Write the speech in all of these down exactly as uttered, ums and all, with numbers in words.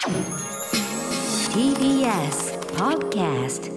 ティービーエス Podcast。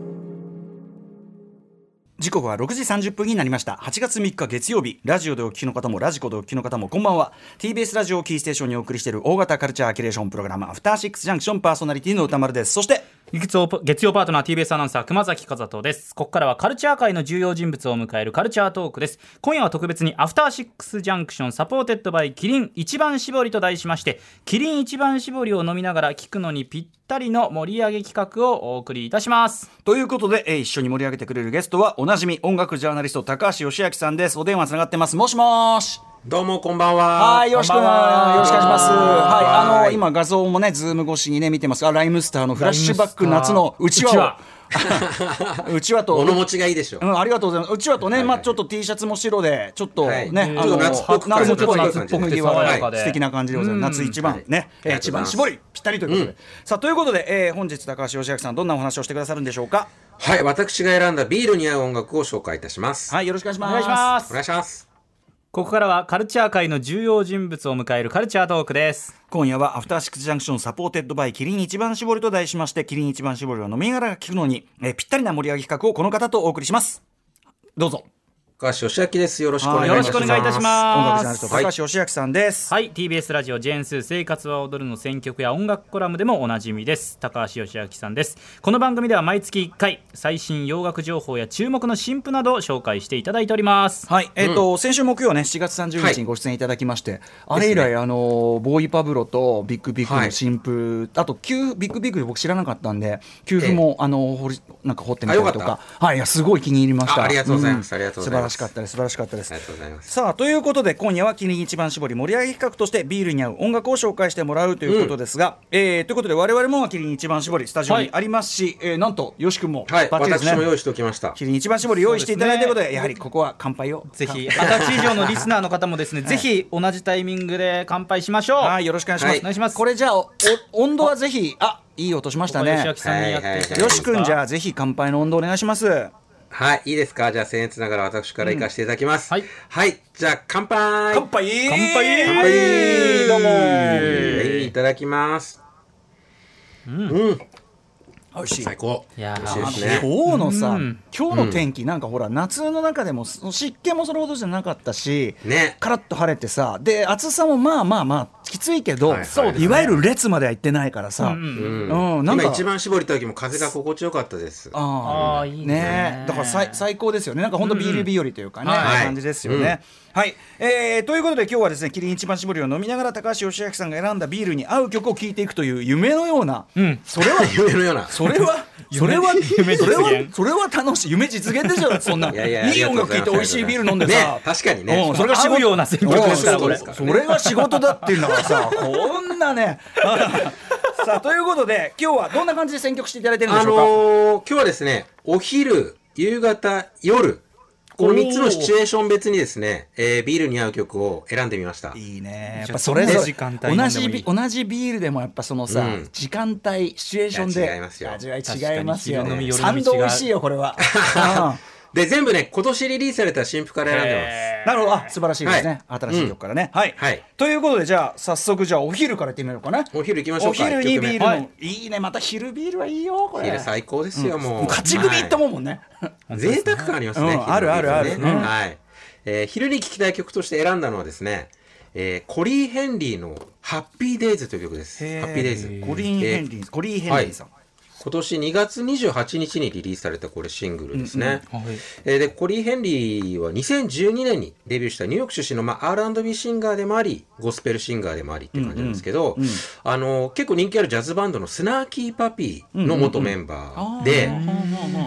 時刻はろくじさんじゅっぷんになりました。はちがつみっか月曜日、ラジオでお聞きの方もラジコでお聞きの方もこんばんは。 ティービーエス ラジオをキーステーションにお送りしている大型カルチャーキュレーションプログラム、アフターシックスジャンクション、パーソナリティの歌丸です。そして月曜、月曜パートナー ティービーエス アナウンサー熊崎和人です。ここからはカルチャー界の重要人物を迎えるカルチャートークです。今夜は特別にアフターシックスジャンクションサポーテッドバイキリン一番搾りと題しまして、キリン一番搾りを飲みながら聞くのにぴったりの盛り上げ企画をお送りいたします。 ということで、えー、一緒に盛り上げてくれるゲストはおなじみ音楽ジャーナリスト高橋義明さんです。お電話つながってます。もしもーし。 どうもこんばんは。 はい、よろしくよろしくお願いします。はい、あの今画像もねズーム越しにね見てます。あ、ライムスターのフラッシュバック夏のうちわをうちわと物持ちがいいでしょ、 うん、ありがとうございます。うちわとね、はいはい、まあちょっと T シャツも白でちょっとね、 はい、あの夏っぽく夏っぽい夏っぽく素敵な感じでございます。夏一番ね、はい、一番絞りぴったりということで、うん、さあということで、えー、本日高橋義明さんどんなお話をしてくださるんでしょうか。 はい、私が選んだビールに合う音楽を紹介いたします。 はい、よろしくお願いします。 お願いします。 お願いします。 ここからはカルチャー界の重要人物を迎えるカルチャートークです。 今夜はアフターシックスジャンクションサポーテッドバイキリン一番搾りと題しまして、キリン一番搾りを飲みながら聞くのに、えー、ぴったりな盛り上げ企画をこの方とお送りします。どうぞ。 高橋義明です。よろしくお願いいたします。 よろしくお願いいたします。 音楽ジャーナリスト高橋義明さんです。 はい、はい、ティービーエス ラジオジェーンスー生活は踊るの選曲や音楽コラムでもおなじみです。高橋義明さんです。この番組では毎月いっかい最新洋楽情報や注目の新譜などを紹介していただいております。 はい、えーとうん、先週木曜ねしちがつさんじゅうにちにご出演いただきまして、はい、あれ以来、ね、あのボーイパブロとビッグビッグの新譜、はい、あと旧ビッグビッグ僕知らなかったんで旧譜も、えー、あの掘りなんか掘ってみたりとか、はい、いやすごい気に入りました。 あ、ありがとうございます、 うん、 ありがとうございます。 素晴らしかったです。素晴らしかったです。 ありがとうございます。 さあということで今夜はキリン一番搾り盛り上げ企画としてビールに合う音楽を紹介してもらうということですが、うん、えー、ということで我々もキリン一番搾りスタジオにありますし、はい、えー、なんとよし君もバッチリですね。 はい、 私も用意しておきました。 キリン一番搾り用意していただいたということで、やはりここは乾杯をぜひはたち以上のリスナーの方もですね、はい、ぜひ同じタイミングで乾杯しましょう。 はい、よろしくお願いします、はい、お願いします。これじゃあ温度はぜひ、あ、いい音しましたね。 よし君じゃあぜひ乾杯の温度お願いします。 はい、いいですか。じゃあ僭越ながら私から行かせていただきます、 うん、はい、 はい、じゃあ乾杯乾杯乾杯乾杯どうも、 はい、いただきます。うん、うん、 美味しい。 最高。 いや美味しいですね。 今日のさ、うん、今日の天気、 うん、 なんかほら夏の中でも湿気もそれほどじゃなかったし、 ね、 カラッと晴れてさ、で暑さもまあまあまあきついけど、 はいはいはい、 いわゆる列までは行ってないからさ、 うんうんうん、なんか今一番搾りた時も風が心地よかったです。 ああ、いいね。だから最最高ですよね。なんか本当ビール日和というかね、うん、はい、感じですよね。はい、はい、えー、ということで今日はですねキリン一番搾りを飲みながら高橋義明さんが選んだビールに合う曲を聴いていくという夢のような、うん、それは夢のようなそれはそれは夢実現、 それはそれは楽しい夢実現でしょ。そんないやいやいい音楽聴いて美味しいビール飲んでさ、 ね、確かにね、 うん、それが仕事ような選曲ですからこれ。 それが仕事だっていうんだからさこんなねさあということで今日はどんな感じで選曲していただいてるんでしょうか。 あのー、今日はですねお昼夕方夜このみっつのシチュエーション別にですね、えー、ビールに合う曲を選んでみました。 いいね。やっぱそれぞれ同じビ同じビールでもやっぱそのさ、うん、時間帯シチュエーションで違いますよ。 味わい違いますよ。 ね、 賛同美味しいよこれは。 で全部ね今年リリースされた新譜から選んでます。 なるほど、あ、素晴らしいですね、はい、新しい曲からね、うん、はい、はい、ということでじゃあ早速じゃあお昼からいってみようかな。 お昼行きましょうか。 お昼にビールの、はい、いいね。また昼ビールはいいよこれ。 昼最高ですよ、うん、もう勝ち組いったもんもんね、 はい、贅沢感ありますね、 うん、あるあるある、 ね、うん、はい、えー、昼に聴きたい曲として選んだのはですね、えー、コリー・ヘンリーのハッピーデイズという曲です。ハッピーデイズ、 コリー・ヘンリー、えー、コリー・ヘンリーさん、はい、 今年にがつにじゅうはちにちにリリースされたこれシングルですね、うんうん、はい、えー、でコリー・ヘンリーはにせんじゅうにねんにデビューしたニューヨーク出身の、まあ、アールアンドビー シンガーでもありゴスペルシンガーでもありっていう感じなんですけど、うんうん、あの結構人気あるジャズバンドのスナーキー・パピーの元メンバーで、うんうんうん、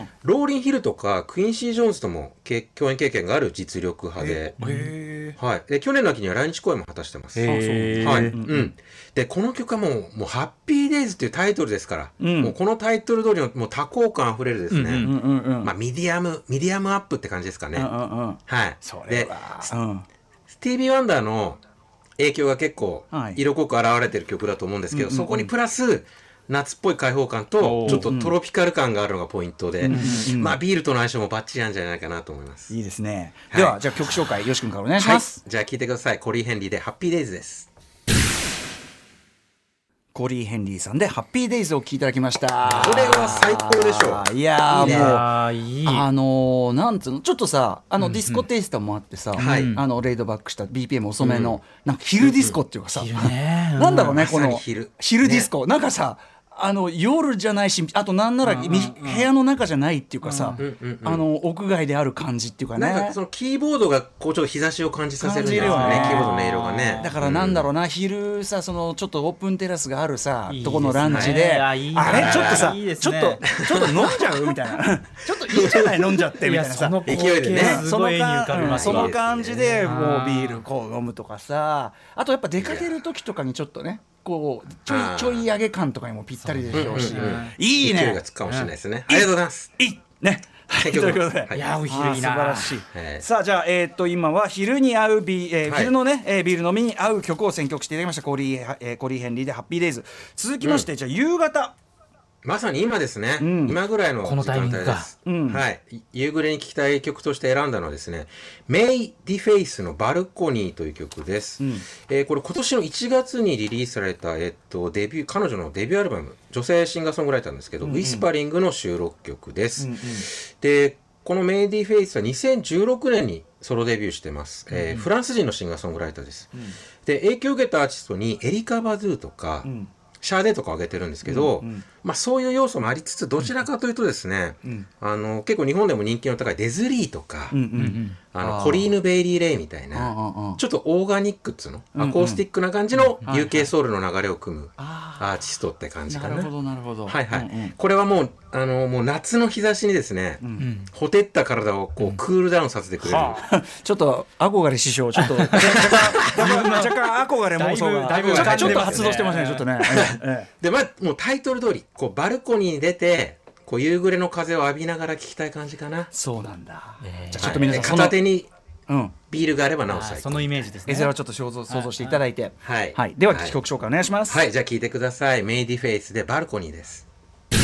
ローリン・ヒルとかクインシー・ジョーンズとも共演経験がある実力派で、 へー、 はい、で去年の秋には来日公演も果たしてます。 へー、 はい、うんうん、でこの曲はもう、もうハッピーデイズっていうタイトルですから、うん、もうこのタイトル通りのもう多幸感あふれるですね、うんうんうんうん、まあ、ミディアムミディアムアップって感じですかね、うんうんうん、はい、 それはで、うん、スティービー・ワンダーの影響が結構色濃く現れてる曲だと思うんですけど、はい、そこにプラス夏っぽい開放感とちょっとトロピカル感があるのがポイントで、うんうん、まあビールとの相性もバッチリなんじゃないかなと思います。 いいですね、はい、ではじゃあ曲紹介よし君からお願いします、 はい、じゃあ聴いてください。コリー・ヘンリーでハッピーデイズです。 コリー・ヘンリーさんでハッピーデイズを聴いていただきました。 これは最高でしょう。 いやー、 いいね、 もうあいいあのー、なんつうのちょっとさあのディスコテイストもあってさ、 はい、 あのレイドバックした ビーピーエム 遅めの、うん、なんか昼ディスコっていうかさ、うんね、 なんだろうね、 うん、 この昼、 昼ディスコ、ね、なんかさあの夜じゃないし、あとなんなら、うんうんうん、部屋の中じゃないっていうかさ、うんうんうん、あの屋外である感じっていうかね、 なんかそのキーボードがこうちょっと日差しを感じさせるんですよね、キーボードの音色がね。 だからなんだろうな、うん、昼さそのちょっとオープンテラスがあるさいいとこのランチで、 いいあれちょっとさいいです、 ちょっとちょっと飲んじゃうみたいなちょっといいんじゃない飲んじゃってみたいなさ、 勢いでね、 すごい絵に浮かびます。 その感じでもうビールこう飲むとかさ、あとやっぱ出かける時とかにちょっとねこうちょいちょい上げ感とかにもぴったりでしょうし、 うんうんうん、 いいね、 勢いがつくかもしれないですね、うん、ありがとうございます。 いいねはい、ということで、はい、 いやお昼いいな、 素晴らしい、 はい、 さあじゃあ、えー、っと今は昼に合うビ、えーはい、昼のね、えー、ビール飲みに合う曲を選曲していただきました。コリー、えー、コリーヘンリーでハッピーデイズ。続きまして、うん、じゃあ夕方、 まさに今ですね、うん、今ぐらいの時間帯です、うん、はい、夕暮れに聴きたい曲として選んだのはですね、メイ・ディフェイスのバルコニーという曲です、うん、えー、これ今年のいちがつにリリースされた、えっと、デビュー彼女のデビューアルバム、女性シンガーソングライターなんですけど、うんうん、ウィスパリングの収録曲です、うんうん、でこのメイ・ディフェイスはにせんじゅうろくねんにソロデビューしてます、うんうん、えー、フランス人のシンガーソングライターです、うん、で影響を受けたアーティストにエリカ・バドゥとか、うん、シャーデーとかを挙げてるんですけど、うんうん、まあ、そういう要素もありつつどちらかというとですね、うん、あの結構日本でも人気の高いデズリーとか、うんうん、あのコリーヌ・ベイリー・レイみたいなちょっとオーガニックっつうの、うんうん、アコースティックな感じの ユーケー ソウルの流れを組むアーティストって感じかな。 なるほどなるほど、 はいはい、 うんうん、 これはもうあのもう夏の日差しにですね、うん、ほてった体をこうクールダウンさせてくれる、うん、 ちょっと憧れ師匠ちょっと若干若干憧れ妄想がだいぶちょっと発動してますねちょっとねで、まあ、もうタイトル通りこうバルコニーに出てこう夕暮れの風を浴びながら聴きたい感じかな。 そうなんだ、 えー、じゃあちょっと皆さん、はい、片手にビールがあればなおさら、 そのイメージですね。 絵面をちょっと想像、想像していただいて、 はいはい、では曲紹介お願いします。 はい、はい、じゃあ聴いてください。メイ・ディフェイスでバルコニーです。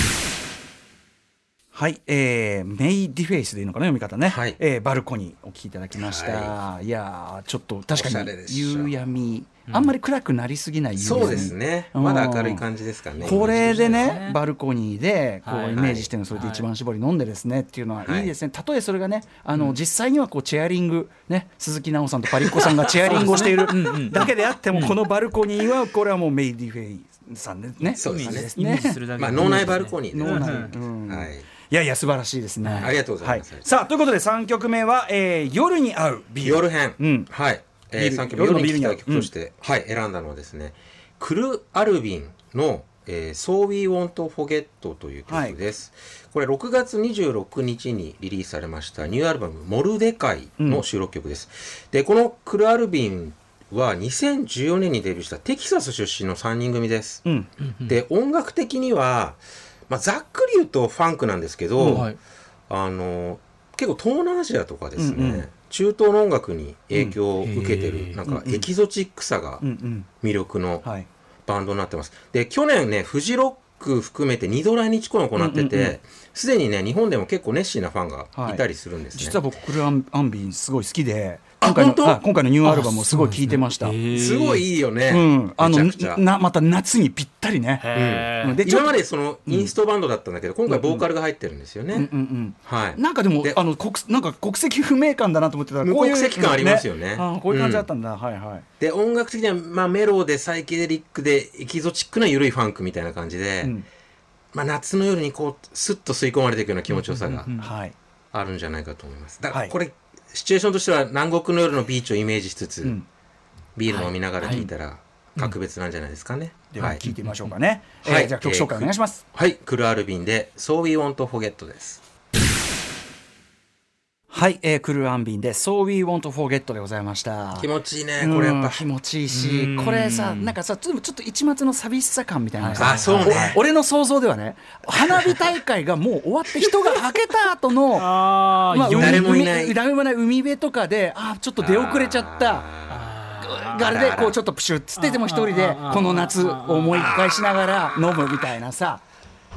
はい、えー、メイ・ディフェイスでいいのかな読み方ね、はい、えー、バルコニーお聴きいただきました、はい、いやちょっと確かに夕闇、うん、あんまり暗くなりすぎない夕闇、 そうですね、まだ明るい感じですかね。 これでねバルコニーでこうイメージしてるの、それで一番搾り飲んでですねっていうのはいいですね。たとえそれがねあの、うん、実際にはこうチェアリングね、鈴木奈緒さんとパリッコさんがチェアリングをしているだけであっても、このバルコニーはこれはもうメイ・ディフェイスさんでね、 そうですね、 ね、 まあ脳内バルコニーですね、 脳内、うん、はい、いやいや素晴らしいですね、 ありがとうございます、はい、 さあということでさんきょくめは、えー、夜に合うビール、 夜編、うん、はい、えー、さんきょく夜に聴きたい曲として、うん、はい、選んだのはですね、クル・アルビンの、えー、So We Want to Forget という曲です、はい、これろくがつにじゅうろくにちにリリースされましたニューアルバムモルデカイの収録曲です、うん、でこのクル・アルビンはにせんじゅうよねんにデビューしたテキサス出身のさんにん組です、うん、で音楽的には、まあ、ざっくり言うとファンクなんですけど、うん、はい、あの結構東南アジアとかですね、うんうん、中東の音楽に影響を受けてる、うん、なんかエキゾチックさが魅力のバンドになってます。で去年ねフジロック含めてにど来日公演を行ってて、すで、うんうんうん、にね日本でも結構熱心なファンがいたりするんですね、はい、 実は僕クル・アンビンすごい好きで今回の、今回のニューアルバムもすごい聴いてました。 す,、ね、すごいいいよね、 うん、あのめちゃくちゃなまた夏にぴったりね、 うん、で今までそのインストバンドだったんだけど、うん、今回ボーカルが入ってるんですよね、うんうんうん、はい、 なんかでもであの 国, なんか国籍不明感だなと思ってたら無国籍感ありますよね、 あこういう感じだったんだ、うん、はいはい。 で音楽的には、まあ、メロでサイケデリックでエキゾチックな緩いファンクみたいな感じで、うん、まあ、夏の夜にこうスッと吸い込まれていくような気持ちよさがあるんじゃないかと思います。だからこれ、はい、シチュエーションとしては南国の夜のビーチをイメージしつつ、うん、ビール飲みながら聴いたら格別なんじゃないですかね、 うん、では聴いてみましょうかね、はい、えー、じゃあ曲紹介お願いします、 えー、はい、クル・アルビンで So We Want to Forget です。 はい、えー、クル・アンビンで So We Want to Forget でございました。 気持ちいいねこれやっぱ、 気持ちいいし、これさなんかさちょっと一末の寂しさ感みたいなさ、 あ、そうね、 俺の想像ではね花火大会がもう終わって人がはけた後のあ、まあ、誰もいない誰もいない海辺とかで、あちょっと出遅れちゃったあれでこうちょっとプシュッつってでも一人でこの夏を思い返しながら飲むみたいなさ、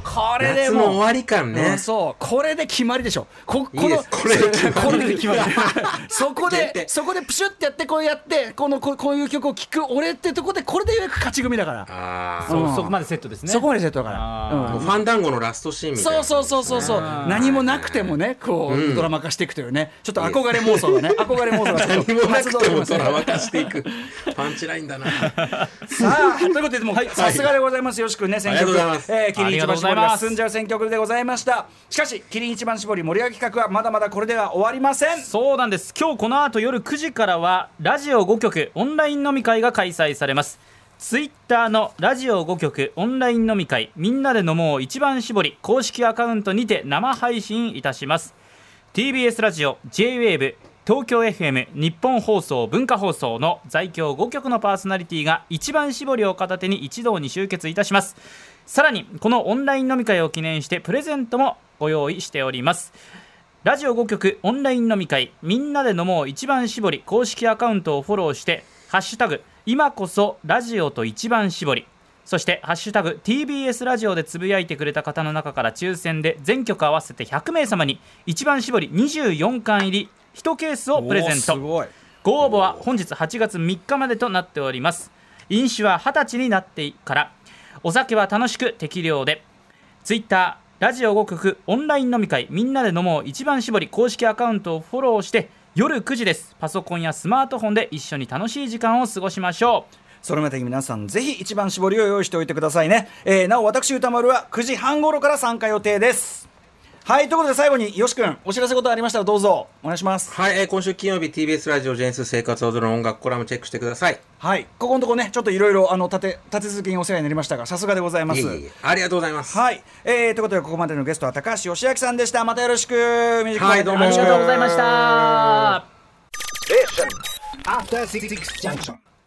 これでもう夏の終わり感ね、 うん、そうこれで決まりでしょ。ここのいいですこれで決まりこれで決まりそこでそこでプシュってやってこうやってこのここういう曲を聴く俺ってとこでこれでようやく勝ち組だから。 あそう、 うん、 そこまでセットですね。 そこまでセットだから、 うん、ファンダンゴのラストシーンみたいな、ね、 そうそうそうそうそう何もなくてもねこう、うん、ドラマ化していくというねちょっと憧れ妄想だね憧れ妄想がちょっと何もなくてもドラマ化していくパンチラインだなさあということでもうさすがでございます。よしくんね選曲、えー、キリン一番搾りが進んじゃう選曲でございました。しかしキリン一番搾り盛り上げ企画はまだまだこれでは終わりません。 そうなんです。今日この後夜くじからはラジオごきょくオンライン飲み会が開催されます。ツイッターのラジオごきょくオンライン飲み会みんなで飲もう一番搾り公式アカウントにて生配信いたします。 ティービーエス ラジオ ジェイウェーブ東京 エフエム 日本放送文化放送の在京ごきょくのパーソナリティが一番搾りを片手に一堂に集結いたします。さらにこのオンライン飲み会を記念してプレゼントもご用意しております。ラジオごきょくオンライン飲み会みんなで飲もう一番搾り公式アカウントをフォローしてハッシュタグ今こそラジオと一番搾りそしてハッシュタグ ティービーエス ラジオでつぶやいてくれた方の中から抽選で全曲合わせてひゃくめいさまに一番搾りにじゅうよんかん入りいちケースをプレゼント。ご応募は本日はちがつみっかまでとなっております。飲酒ははたちになってからお酒は楽しく適量で。ツイッターラジオごきょくオンライン飲み会みんなで飲もう一番搾り公式アカウントをフォローして夜くじです。パソコンやスマートフォンで一緒に楽しい時間を過ごしましょう。 それまでに皆さんぜひ一番搾りを用意しておいてくださいね、えー、なお私歌丸はくじはん頃から参加予定です。はいということで最後によし君お知らせことありましたらどうぞお願いします。 はい、えー、今週金曜日 ティービーエス ラジオジェンス生活を踊る音楽コラムチェックしてください。 はいここのとこねちょっといろいろ立て立て続けにお世話になりましたがさすがでございます。いえいえありがとうございます。 はい、えー、ということでここまでのゲストは高橋義明さんでした。またよろしく。 はいどうもありがとうございました。 After Six Junction